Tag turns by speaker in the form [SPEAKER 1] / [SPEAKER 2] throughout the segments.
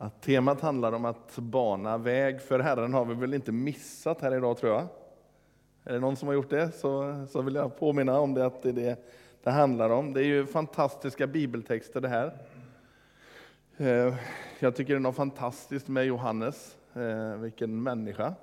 [SPEAKER 1] Att temat handlar om att bana väg för Herren har vi väl inte missat här idag, tror jag. Är det någon som har gjort det så vill jag påminna om det, att det är det handlar om. Det är ju fantastiska bibeltexter det här. Jag tycker det är något fantastiskt med Johannes. Vilken människa.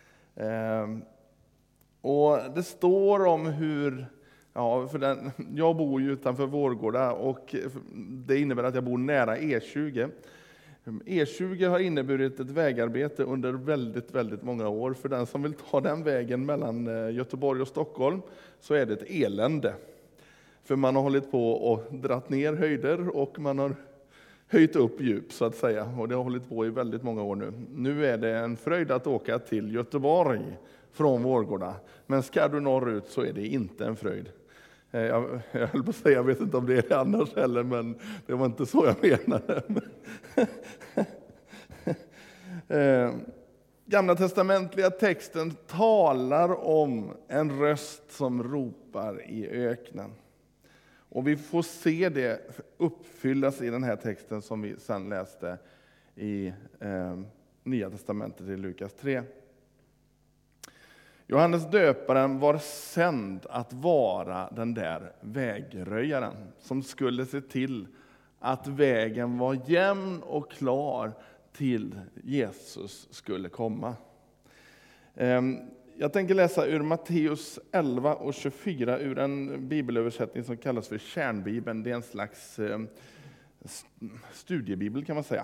[SPEAKER 1] Och det står om hur... Ja, jag bor ju utanför Vårgårda och det innebär att jag bor nära E20. E20 har inneburit ett vägarbete under väldigt, väldigt många år. För den som vill ta den vägen mellan Göteborg och Stockholm så är det ett elände. För man har hållit på och dratt ner höjder och man har höjt upp djup så att säga. Och det har hållit på i väldigt många år nu. Nu är det en fröjd att åka till Göteborg från Vårgårda. Men ska du norrut så är det inte en fröjd. Jag höll på att säga, jag vet inte om det är det annars heller, men det var inte så jag menade. Gamla testamentliga texten talar om en röst som ropar i öknen. Och vi får se det uppfyllas i den här texten som vi sedan läste i Nya testamentet i Lukas 3. Johannes döparen var sänd att vara den där vägröjaren som skulle se till att vägen var jämn och klar till Jesus skulle komma. Jag tänker läsa ur Matteus 11 och 24 ur en bibelöversättning som kallas för Kärnbibeln. Det är en slags studiebibel kan man säga.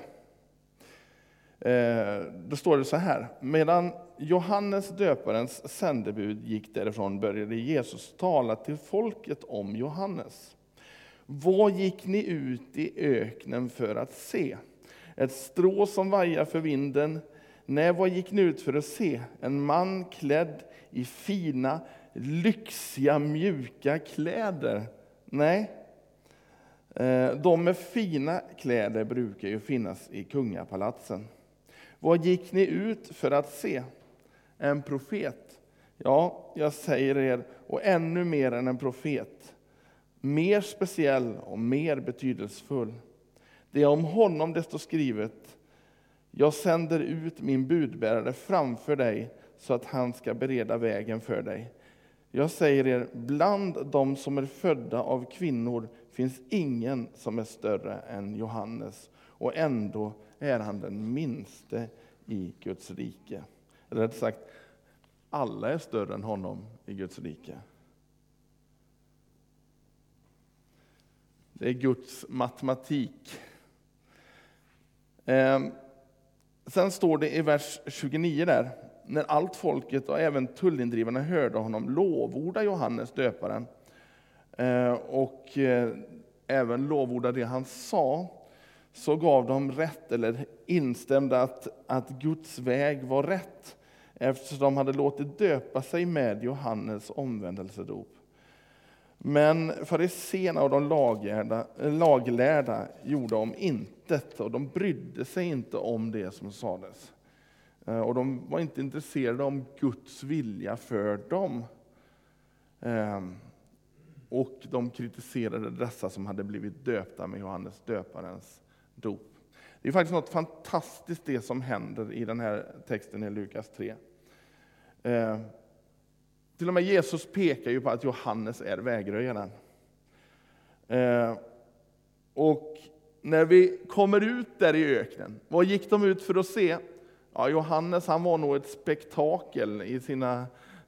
[SPEAKER 1] Då står det så här: medan Johannes döparens sändebud gick därifrån började Jesus tala till folket om Johannes. Vad gick ni ut i öknen för att se? Ett strå som vajar för vinden? Nej, vad gick ni ut för att se? En man klädd i fina, lyxiga, mjuka kläder? Nej, de med fina kläder brukar ju finnas i kungapalatsen. Vad gick ni ut för att se? En profet? Ja, jag säger er, och ännu mer än en profet. Mer speciell och mer betydelsefull. Det är om honom det står skrivet: jag sänder ut min budbärare framför dig så att han ska bereda vägen för dig. Jag säger er, bland de som är födda av kvinnor finns ingen som är större än Johannes. Och ändå är han den minste i Guds rike. Eller rätt sagt, alla är större än honom i Guds rike. Det är Guds matematik. Sen står det i vers 29 där: när allt folket och även tullindrivarna hörde honom lovorda Johannes döparen och även lovorda det han sa, så gav de rätt, eller instämde att Guds väg var rätt, eftersom de hade låtit döpa sig med Johannes omvändelsedop. Men fariséerna och de laglärda gjorde om intet, och de brydde sig inte om det som sades. Och de var inte intresserade om Guds vilja för dem. Och de kritiserade dessa som hade blivit döpta med Johannes döparens dop. Det är faktiskt något fantastiskt det som händer i den här texten i Lukas 3. Till och med Jesus pekar ju på att Johannes är vägröjaren. Och när vi kommer ut där i öknen, vad gick de ut för att se? Ja, Johannes, han var nog ett spektakel i sina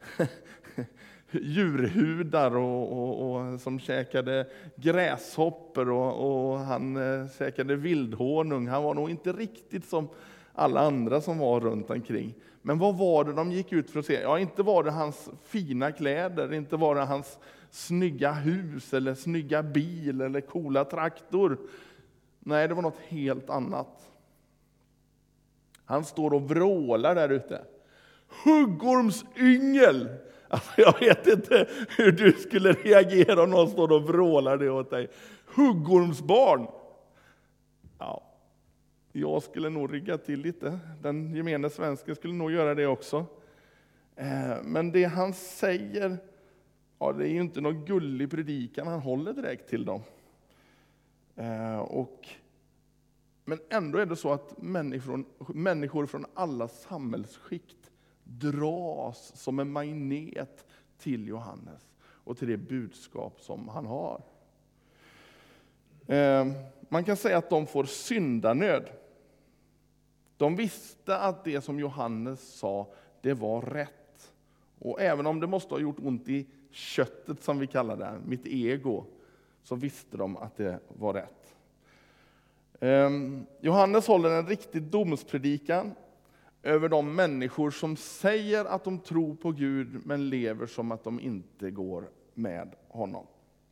[SPEAKER 1] djurhudar och som käkade gräshoppor och han käkade vildhonung. Han var nog inte riktigt som alla andra som var runt omkring. Men vad var det de gick ut för att se? Ja, inte var det hans fina kläder, inte var det hans snygga hus eller snygga bil eller coola traktor. Nej, det var något helt annat. Han står och vrålar där ute. Huggormsyngel! Alltså, jag vet inte hur du skulle reagera om någon står och vrålar det åt dig. Huggormsbarn! Ja, jag skulle nog rygga till lite. Den gemene svensken skulle nog göra det också. Men det han säger, ja, det är ju inte någon gullig predikan han håller direkt till dem. Och Men ändå är det så att människor från alla samhällsskikt dras som en magnet till Johannes och till det budskap som han har. Man kan säga att de får syndanöd. De visste att det som Johannes sa, det var rätt. Och även om det måste ha gjort ont i köttet, som vi kallar det, mitt ego, så visste de att det var rätt. Johannes håller en riktig domspredikan över de människor som säger att de tror på Gud men lever som att de inte går med honom.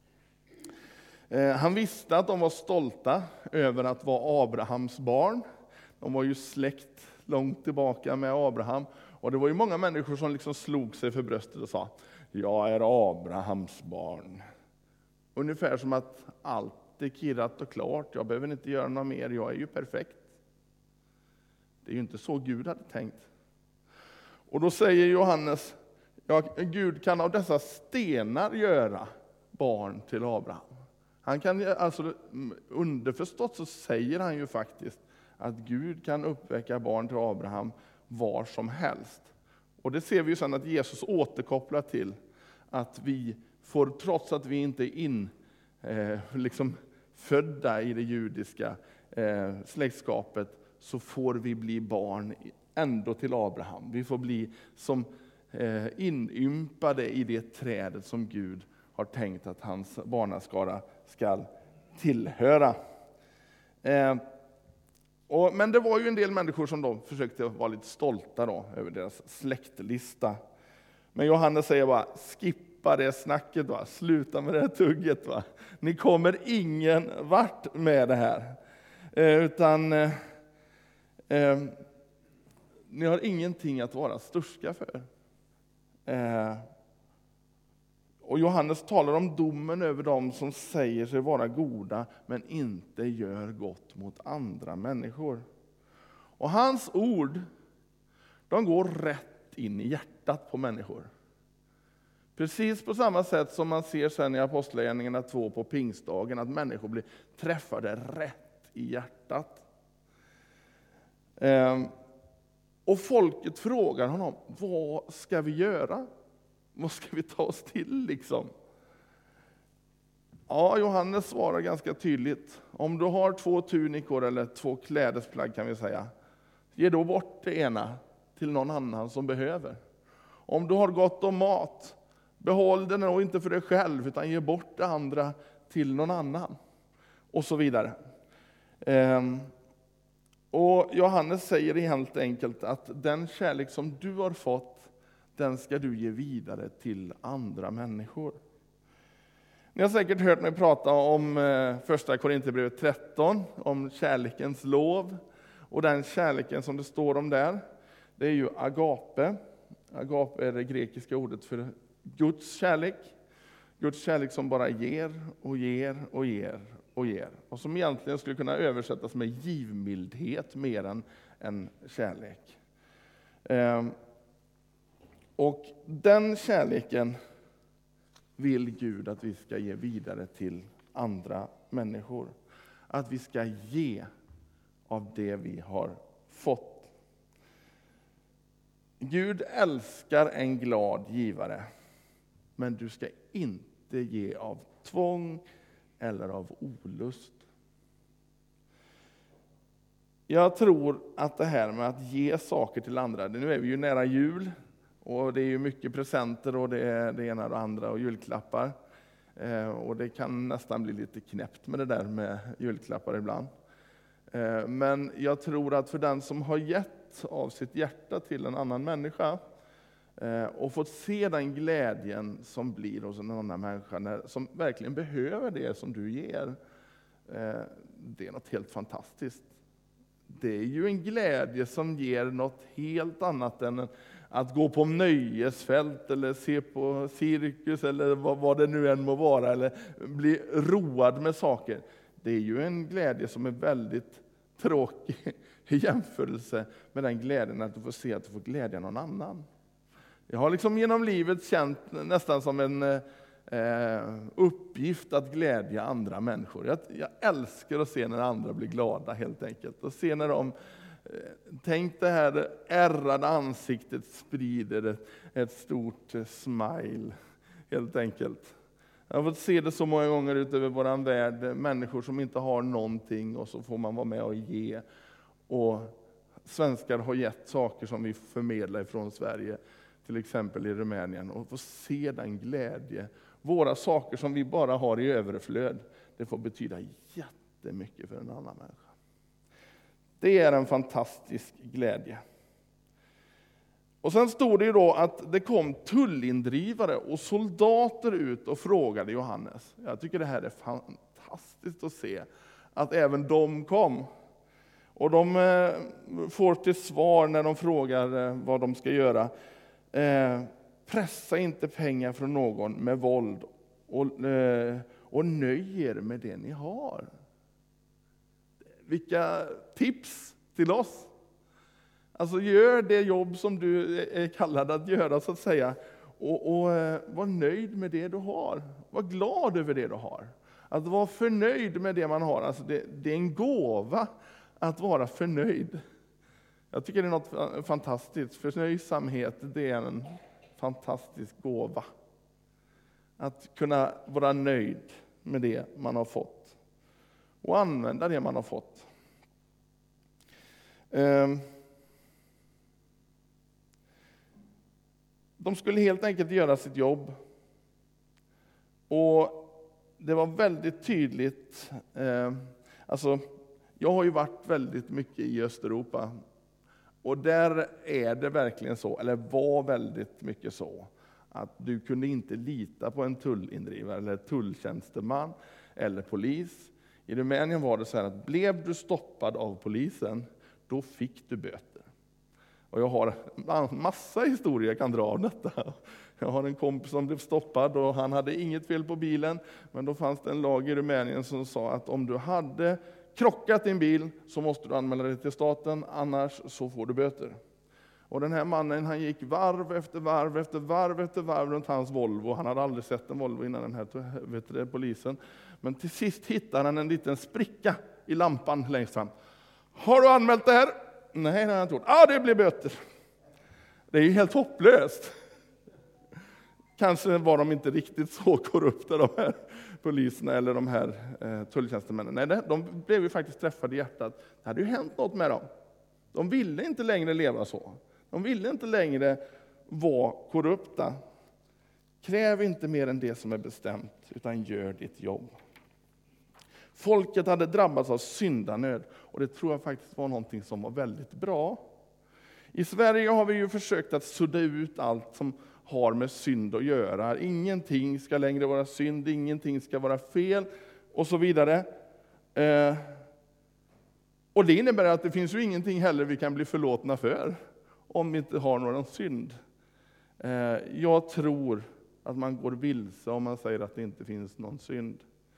[SPEAKER 1] Han visste att de var stolta över att vara Abrahams barn. De var ju släkt långt tillbaka med Abraham. Och det var ju många människor som liksom slog sig för bröstet och sa: jag är Abrahams barn. Ungefär som att allt är kirrat och klart. Jag behöver inte göra något mer. Jag är ju perfekt. Det är ju inte så Gud hade tänkt. Och då säger Johannes: ja, Gud kan av dessa stenar göra barn till Abraham. Han kan, alltså underförstått så säger han ju faktiskt att Gud kan uppväcka barn till Abraham var som helst. Och det ser vi ju sen att Jesus återkopplar till, att vi får, trots att vi inte är födda i det judiska släktskapet, så får vi bli barn ändå till Abraham. Vi får bli som inympade i det trädet som Gud har tänkt att hans barnaskara ska tillhöra. Men det var ju en del människor som då försökte vara lite stolta då, över deras släktlista. Men Johannes säger bara: skippa det snacket, va? Sluta med det här tugget. Va? Ni kommer ingen vart med det här. Ni har ingenting att vara sturska för. Och Johannes talar om domen över dem som säger sig vara goda men inte gör gott mot andra människor. Och hans ord, de går rätt in i hjärtat på människor. Precis på samma sätt som man ser sen i Apostlagärningarna 2 på pingstdagen, att människor blir träffade rätt i hjärtat. Och folket frågar honom: vad ska vi göra? Vad ska vi ta oss till liksom? Ja, Johannes svarar ganska tydligt: om du har 2 tunikor eller 2 klädesplagg, kan vi säga, ge då bort det ena till någon annan som behöver. Om du har gott om mat, behåll den och inte för dig själv, utan ge bort det andra till någon annan. Och så vidare. Och Johannes säger helt enkelt att den kärlek som du har fått, den ska du ge vidare till andra människor. Ni har säkert hört mig prata om första Korinthierbrevet 13, om kärlekens lov. Och den kärleken som det står om där, det är ju agape. Agape är det grekiska ordet för Guds kärlek. Guds kärlek som bara ger och ger och ger och ger. Och som egentligen skulle kunna översättas med givmildhet mer än en kärlek. Och den kärleken vill Gud att vi ska ge vidare till andra människor. Att vi ska ge av det vi har fått. Gud älskar en glad givare. Men du ska inte ge av tvång eller av olust. Jag tror att det här med att ge saker till andra, nu är vi ju nära jul. Och det är ju mycket presenter och det är det ena och det andra och julklappar. Och det kan nästan bli lite knäppt med det där med julklappar ibland. Men jag tror att för den som har gett av sitt hjärta till en annan människa och fått se den glädjen som blir hos en annan människa som verkligen behöver det som du ger, det är något helt fantastiskt. Det är ju en glädje som ger något helt annat än att gå på nöjesfält eller se på cirkus eller vad det nu än må vara, eller bli road med saker. Det är ju en glädje som är väldigt tråkig i jämförelse med den glädjen att du får se att du får glädja någon annan. Jag har liksom genom livet känt nästan som uppgift att glädja andra människor. Jag älskar att se när andra blir glada helt enkelt. Och se när de, tänk det här ärrade ansiktet sprider ett stort smile helt enkelt. Jag har fått se det så många gånger ut över våran värld. Människor som inte har någonting och så får man vara med och ge. Och svenskar har gett saker som vi förmedlar ifrån Sverige. Till exempel i Rumänien. Och få se den glädje. Våra saker som vi bara har i överflöd. Det får betyda jättemycket för en annan människa. Det är en fantastisk glädje. Och sen stod det ju då att det kom tullindrivare och soldater ut och frågade Johannes. Jag tycker det här är fantastiskt att se. Att även de kom. Och de får till svar när de frågar vad de ska göra. Pressa inte pengar från någon med våld. Och nöj er med det ni har. Vilka tips till oss. Alltså gör det jobb som du är kallad att göra så att säga. Och var nöjd med det du har. Var glad över det du har. Att vara förnöjd med det man har. Alltså det är en gåva att vara förnöjd. Jag tycker det är något fantastiskt. Förnöjsamhet, det är en fantastisk gåva. Att kunna vara nöjd med det man har fått. Och använda det man har fått. De skulle helt enkelt göra sitt jobb. Och det var väldigt tydligt. Alltså, jag har ju varit väldigt mycket i Östeuropa. Och där är det verkligen så, eller var väldigt mycket så, att du kunde inte lita på en tullindrivare eller tulltjänsteman eller polis. I Rumänien var det så här att blev du stoppad av polisen, då fick du böter. Och jag har massa historier jag kan dra av detta. Jag har en kompis som blev stoppad och han hade inget fel på bilen. Men då fanns det en lag i Rumänien som sa att om du hade krockat din bil så måste du anmäla det till staten, annars så får du böter. Och den här mannen, han gick varv efter varv efter varv efter varv runt hans Volvo. Han hade aldrig sett en Volvo innan den här polisen. Men till sist hittade han en liten spricka i lampan längst fram. Har du anmält det här? Nej, det har jag inte gjort. Det blir böter. Det är ju helt hopplöst. Kanske var de inte riktigt så korrupta, de här poliserna eller de här tulltjänstemännen. Nej, de blev ju faktiskt träffade i hjärtat. Det hade ju hänt något med dem. De ville inte längre leva så. De ville inte längre vara korrupta. Kräv inte mer än det som är bestämt, utan gör ditt jobb. Folket hade drabbats av syndanöd, och det tror jag faktiskt var någonting som var väldigt bra. I Sverige har vi ju försökt att sudda ut allt som har med synd att göra. Ingenting ska längre vara synd, ingenting ska vara fel och så vidare. Och det innebär att det finns ju ingenting heller vi kan bli förlåtna för om vi inte har någon synd. Jag tror att man går vilse om man säger att det inte finns någon synd.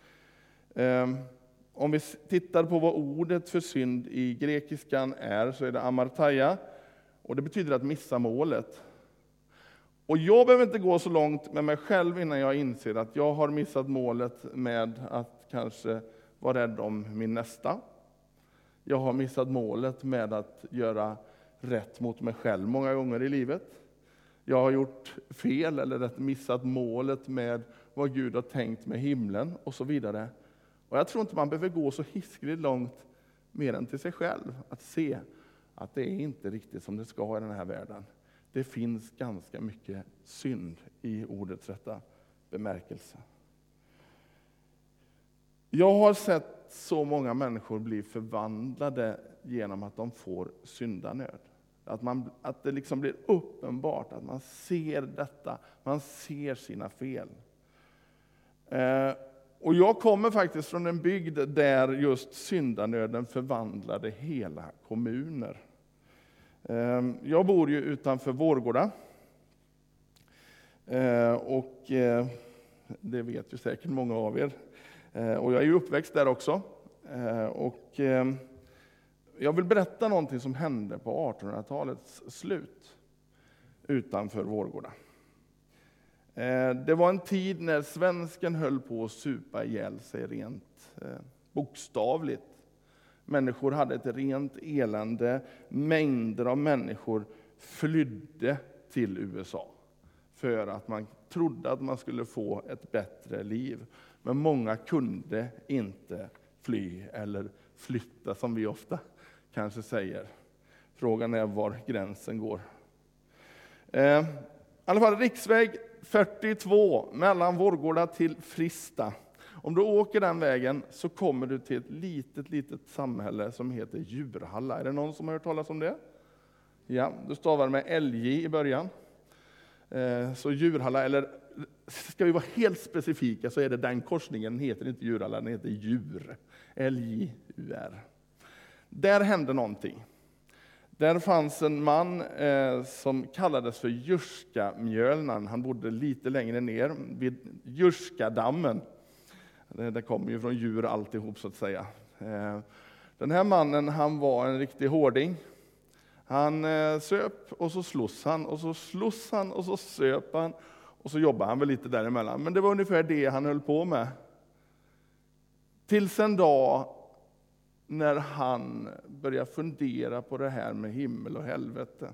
[SPEAKER 1] Om vi tittar på vad ordet för synd i grekiskan är, så är det amartaia, och det betyder att missa målet. Och jag behöver inte gå så långt med mig själv innan jag inser att jag har missat målet med att kanske vara rädd om min nästa. Jag har missat målet med att göra rätt mot mig själv många gånger i livet. Jag har gjort fel eller missat målet med vad Gud har tänkt med himlen och så vidare. Och jag tror inte man behöver gå så hiskligt långt mer än till sig själv. Att se att det är inte riktigt som det ska i den här världen. Det finns ganska mycket synd i ordets rätta bemärkelse. Jag har sett så många människor bli förvandlade genom att de får syndanöd. Att det liksom blir uppenbart att man ser detta, man ser sina fel. Och jag kommer faktiskt från en bygd där just syndanöden förvandlade hela kommuner. Jag bor ju utanför Vårgårda. Och det vet ju säkert många av er. Och jag är ju uppväxt där också. Och jag vill berätta någonting som hände på 1800-talets slut utanför Vårgårda. Det var en tid när svensken höll på att supa ihjäl sig rent bokstavligt. Människor hade ett rent elände. Mängder av människor flydde till USA för att man trodde att man skulle få ett bättre liv. Men många kunde inte fly eller flytta, som vi ofta kanske säger. Frågan är var gränsen går. I alla fall riksväg 42 mellan Vårgårda till Frista. Om du åker den vägen så kommer du till ett litet samhälle som heter Djurhalla. Är det någon som har hört talas om det? Ja, du stavar med LJ i början. Så Djurhalla, eller ska vi vara helt specifika så är det den korsningen, den heter inte Djurhalla, den heter Djur. LJUR. Där hände någonting. Där fanns en man som kallades för Jurska-Mjölnan. Han bodde lite längre ner vid Jurskadammen. Det kommer ju från djur alltihop så att säga. Den här mannen, han var en riktig hårding. Han söp och så sloss han och så sloss han och så söp han. Och så jobbade han väl lite däremellan. Men det var ungefär det han höll på med. Tills en dag när han började fundera på det här med himmel och helvete.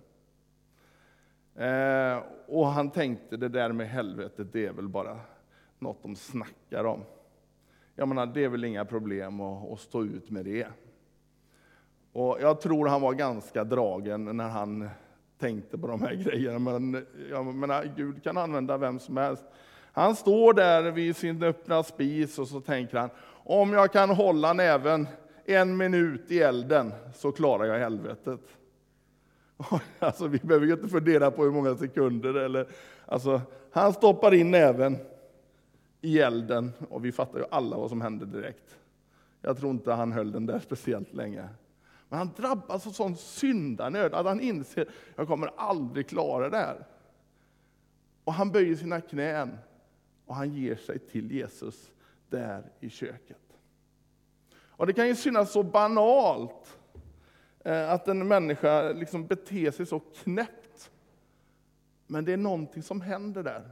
[SPEAKER 1] Och han tänkte, det där med helvetet, det är väl bara något de snackar om. Jag menar, det är väl inga problem att stå ut med det. Och jag tror han var ganska dragen när han tänkte på de här grejerna. Men jag menar, Gud kan använda vem som helst. Han står där vid sin öppna spis och så tänker han, om jag kan hålla näven 1 minut i elden så klarar jag helvetet. Alltså, vi behöver ju inte fundera på hur många sekunder. Eller, alltså, han stoppar in näven i elden och vi fattar ju alla vad som hände direkt. Jag tror inte han höll den där speciellt länge. Men han drabbas av sån syndanöd att han inser, jag kommer aldrig klara det här. Och han böjer sina knän och han ger sig till Jesus där i köket. Och det kan ju synas så banalt att en människa liksom beter sig så knäppt. Men det är någonting som händer där.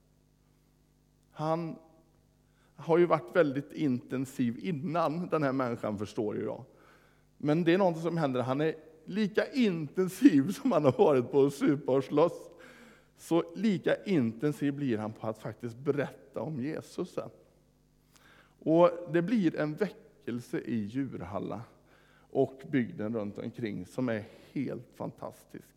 [SPEAKER 1] Han har ju varit väldigt intensiv innan, den här människan, förstår ju jag. Men det är någonting som händer. Han är lika intensiv som han har varit på att supa och slåss. Så lika intensiv blir han på att faktiskt berätta om Jesus. Och det blir en väckelse i Djurhalla och bygden runt omkring som är helt fantastisk.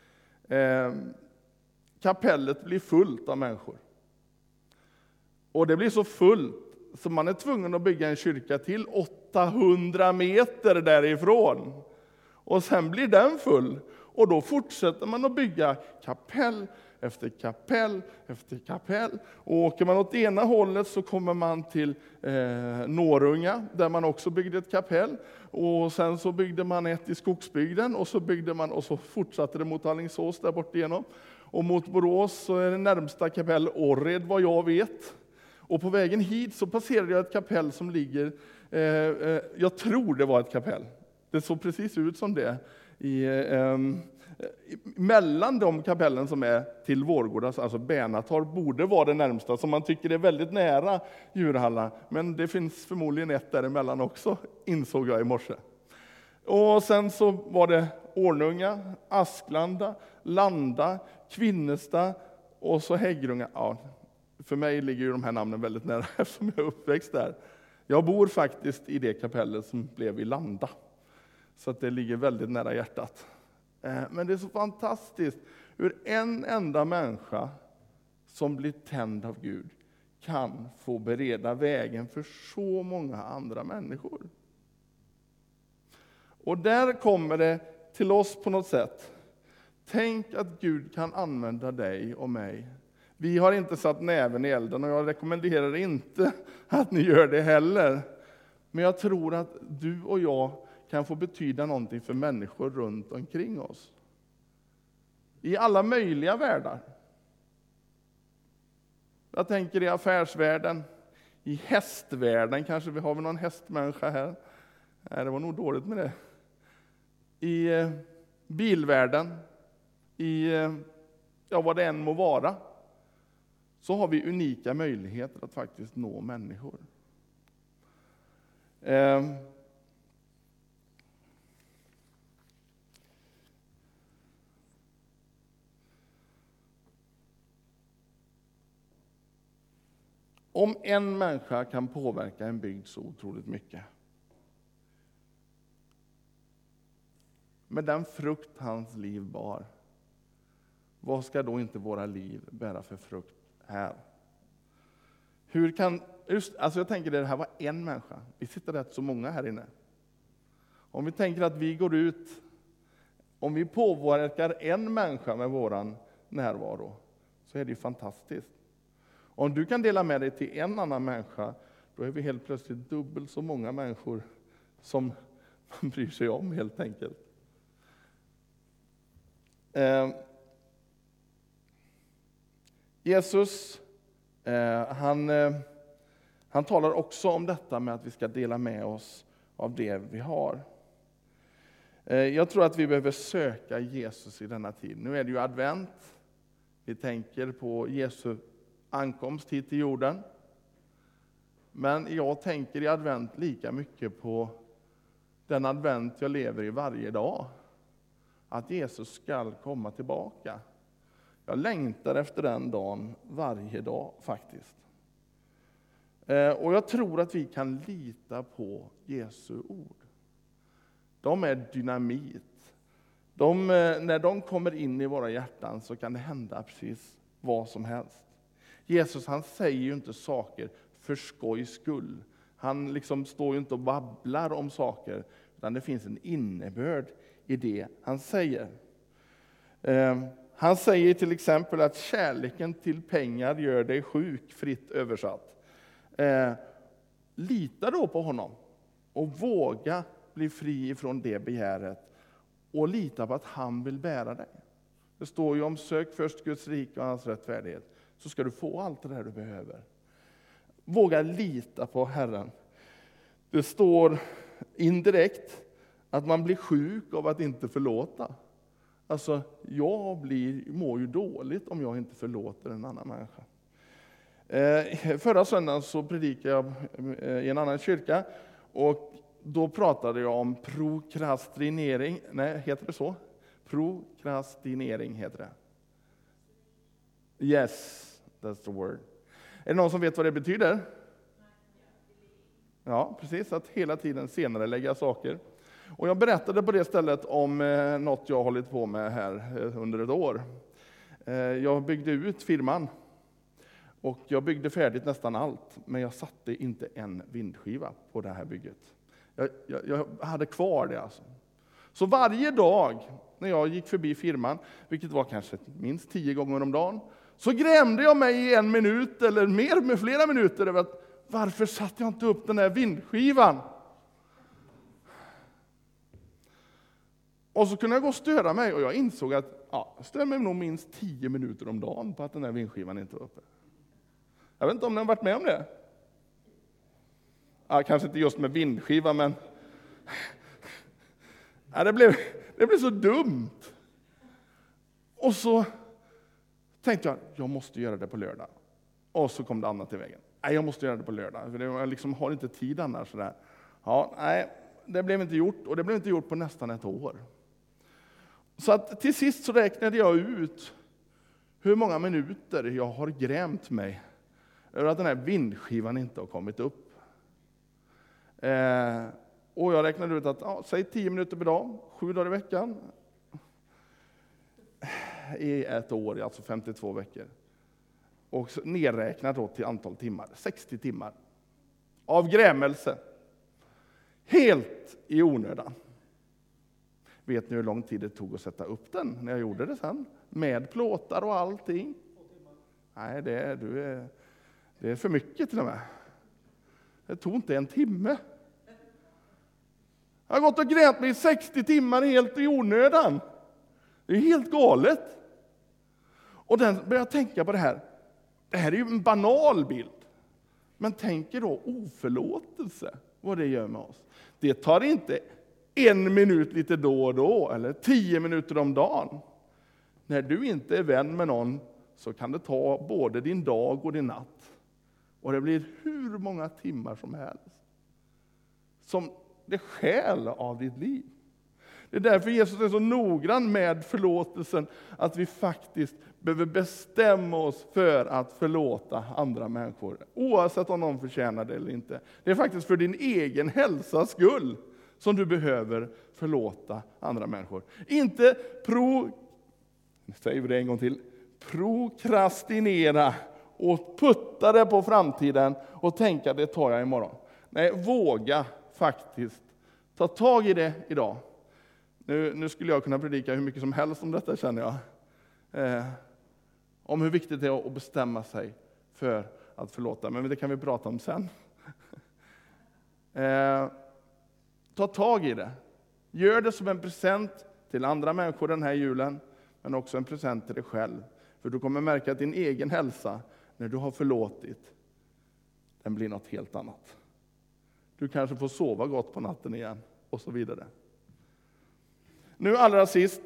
[SPEAKER 1] Kapellet blir fullt av människor. Och det blir så fullt så man är tvungen att bygga en kyrka till 800 meter därifrån. Och sen blir den full. Och då fortsätter man att bygga kapell efter kapell efter kapell. Och åker man åt ena hållet så kommer man till Norrunga där man också byggde ett kapell. Och sen så byggde man ett i Skogsbygden och så byggde man och så fortsatte det mot Alingsås där bort igenom. Och mot Borås så är det närmsta kapell Orred vad jag vet. Och på vägen hit så passerade jag ett kapell som ligger, jag tror det var ett kapell. Det såg precis ut som det. Mellan de kapellen som är till Vårgårda, alltså Bärnatorp, borde vara det närmsta, som man tycker är väldigt nära Djurhalla. Men det finns förmodligen ett däremellan också, insåg jag i morse. Och sen så var det Ornunga, Asklanda, Landa, Kvinnesta och så Häggrunga. Ja, för mig ligger ju de här namnen väldigt nära eftersom jag är uppväxt där. Jag bor faktiskt i det kapellet som blev i Landa. Så att det ligger väldigt nära hjärtat. Men det är så fantastiskt hur en enda människa som blir tänd av Gud kan få bereda vägen för så många andra människor. Och där kommer det till oss på något sätt. Tänk att Gud kan använda dig och mig. Vi har inte satt näven i elden och jag rekommenderar inte att ni gör det heller. Men jag tror att du och jag kan få betyda någonting för människor runt omkring oss. I alla möjliga världar. Jag tänker i affärsvärlden, i hästvärlden, kanske vi har väl någon hästmänniska här. Nej, det var nog dåligt med det. I bilvärlden, i vad det än må vara. så har vi unika möjligheter att faktiskt nå människor. Om en människa kan påverka en bygd så otroligt mycket, med den frukt hans liv bar, vad ska då inte våra liv bära för frukt här? Hur kan, jag tänker det här var en människa. Vi sitter rätt så många här inne. Om vi tänker att vi går ut, om vi påverkar en människa med våran närvaro, så är det ju fantastiskt. Om du kan dela med dig till en annan människa, då är vi helt plötsligt dubbelt så många människor som man bryr sig om, helt enkelt. Jesus, han talar också om detta med att vi ska dela med oss av det vi har. Jag tror att vi behöver söka Jesus i denna tid. Nu är det ju advent. Vi tänker på Jesu ankomst hit till jorden. Men jag tänker i advent lika mycket på den advent jag lever i varje dag. Att Jesus ska komma tillbaka. Jag längtar efter den dagen varje dag faktiskt. Och jag tror att vi kan lita på Jesu ord. De är dynamit. När de kommer in i våra hjärtan så kan det hända precis vad som helst. Jesus, han säger ju inte saker för skojs skull. Han liksom står ju inte och babblar om saker, utan det finns en innebörd i det han säger. Han säger till exempel att kärleken till pengar gör dig sjuk, fritt översatt. Lita då på honom och våga bli fri från det begäret och lita på att han vill bära dig. Det står ju om sök först Guds rike och hans rättfärdighet, så ska du få allt det där du behöver. Våga lita på Herren. Det står indirekt att man blir sjuk av att inte förlåta. Alltså, jag mår ju dåligt om jag inte förlåter en annan människa. Förra söndagen så predikade jag i en annan kyrka, och då pratade jag om prokrastinering. Nej, heter det så? Prokrastinering heter det. Yes, that's the word. Är det någon som vet vad det betyder? Ja, precis. Att hela tiden senare lägga saker. Och jag berättade på det stället om något jag har hållit på med här under ett år. Jag byggde ut firman. Och jag byggde färdigt nästan allt. Men jag satte inte en vindskiva på det här bygget. Jag hade kvar det alltså. Så varje dag när jag gick förbi firman, vilket var kanske minst 10 gånger om dagen, så grämde jag mig i 1 minut eller mer, med flera minuter, över att varför satte jag inte upp den här vindskivan? Och så kunde jag gå och störa mig, och jag insåg att jag stör mig nog minst 10 minuter om dagen på att den här vindskivan inte var uppe. Jag vet inte om ni har varit med om det. Kanske inte just med vindskiva, men det blev så dumt. Och så tänkte jag måste göra det på lördag. Och så kom det annat i vägen. Jag måste göra det på lördag, för jag liksom har inte tid annars. Sådär. Det blev inte gjort, och det blev inte gjort på nästan ett år. Så att till sist så räknade jag ut hur många minuter jag har grämt mig över att den här vindskivan inte har kommit upp. Och jag räknade ut att säg 10 minuter per dag, 7 dagar i veckan. I ett år, alltså 52 veckor. Och nedräknat då till antal timmar, 60 timmar. Av grämelse. Helt i onödan. Vet ni hur lång tid det tog att sätta upp den när jag gjorde det sen? Med plåtar och allting. Nej, det är för mycket till och med. Det tog inte 1 timme. Jag har gått och grämt mig i 60 timmar helt i onödan. Det är helt galet. Och den börjar tänka på det här. Det här är ju en banal bild. Men tänker då oförlåtelse, vad det gör med oss. Det tar inte 1 minut lite då och då, eller 10 minuter om dagen. När du inte är vän med någon så kan det ta både din dag och din natt. Och det blir hur många timmar som helst. Som det skäl av ditt liv. Det är därför Jesus är så noggrann med förlåtelsen, att vi faktiskt behöver bestämma oss för att förlåta andra människor. Oavsett om de förtjänar det eller inte. Det är faktiskt för din egen hälsas skull som du behöver förlåta andra människor. Inte prokrastinera och putta det på framtiden och tänka det tar jag imorgon. Nej, våga faktiskt ta tag i det idag. Nu skulle jag kunna predika hur mycket som helst om detta, känner jag. Om hur viktigt det är att bestämma sig för att förlåta. Men det kan vi prata om sen. Ta tag i det. Gör det som en present till andra människor den här julen. Men också en present till dig själv. För du kommer märka att din egen hälsa, när du har förlåtit, den blir något helt annat. Du kanske får sova gott på natten igen. Och så vidare. Nu allra sist.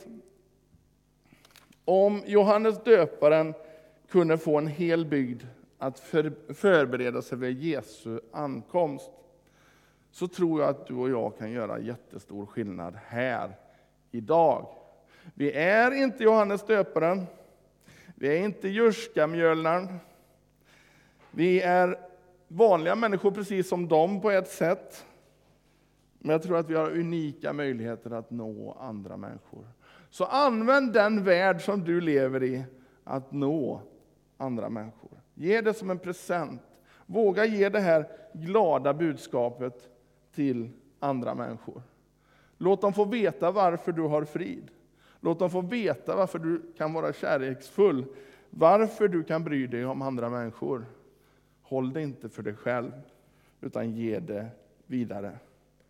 [SPEAKER 1] Om Johannes döparen kunde få en hel bygd att förbereda sig för Jesu ankomst, så tror jag att du och jag kan göra jättestor skillnad här idag. Vi är inte Johannes döparen. Vi är inte Jurska-mjölnaren. Vi är vanliga människor precis som dem på ett sätt. Men jag tror att vi har unika möjligheter att nå andra människor. Så använd den värld som du lever i att nå andra människor. Ge det som en present. Våga ge det här glada budskapet till andra människor. Låt dem få veta varför du har frid. Låt dem få veta varför du kan vara kärleksfull. Varför du kan bry dig om andra människor. Håll det inte för dig själv, utan ge det vidare.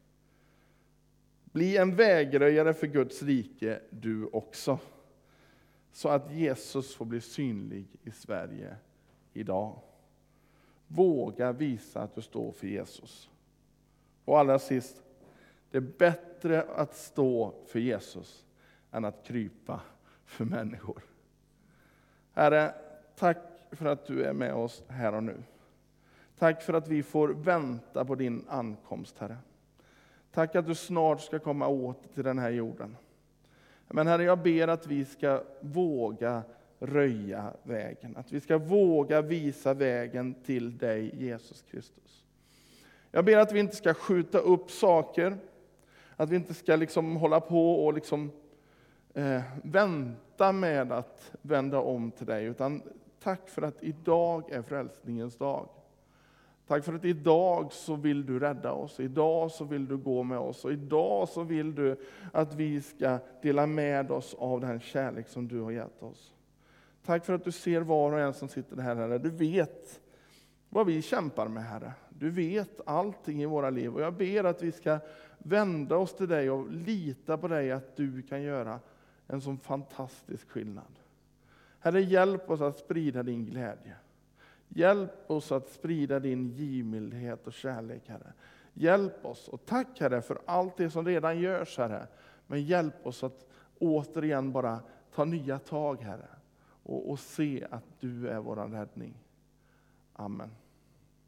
[SPEAKER 1] Bli en vägröjare för Guds rike du också. Så att Jesus får bli synlig i Sverige idag. Våga visa att du står för Jesus. Och allra sist, det är bättre att stå för Jesus än att krypa för människor. Herre, tack för att du är med oss här och nu. Tack för att vi får vänta på din ankomst, Herre. Tack att du snart ska komma åter till den här jorden. Men Herre, jag ber att vi ska våga röja vägen. Att vi ska våga visa vägen till dig, Jesus Kristus. Jag ber att vi inte ska skjuta upp saker. Att vi inte ska hålla på och vänta med att vända om till dig. Utan tack för att idag är frälsningens dag. Tack för att idag så vill du rädda oss. Idag så vill du gå med oss. Och idag så vill du att vi ska dela med oss av den kärlek som du har gett oss. Tack för att du ser var och en som sitter här, Herre. Du vet vad vi kämpar med, Herre. Du vet allting i våra liv. Och jag ber att vi ska vända oss till dig och lita på dig att du kan göra en sån fantastisk skillnad. Herre, hjälp oss att sprida din glädje. Hjälp oss att sprida din givmildhet och kärlek, Herre. Hjälp oss, och tack Herre för allt det som redan görs, Herre. Men hjälp oss att återigen bara ta nya tag, Herre. Och se att du är vår räddning. Amen.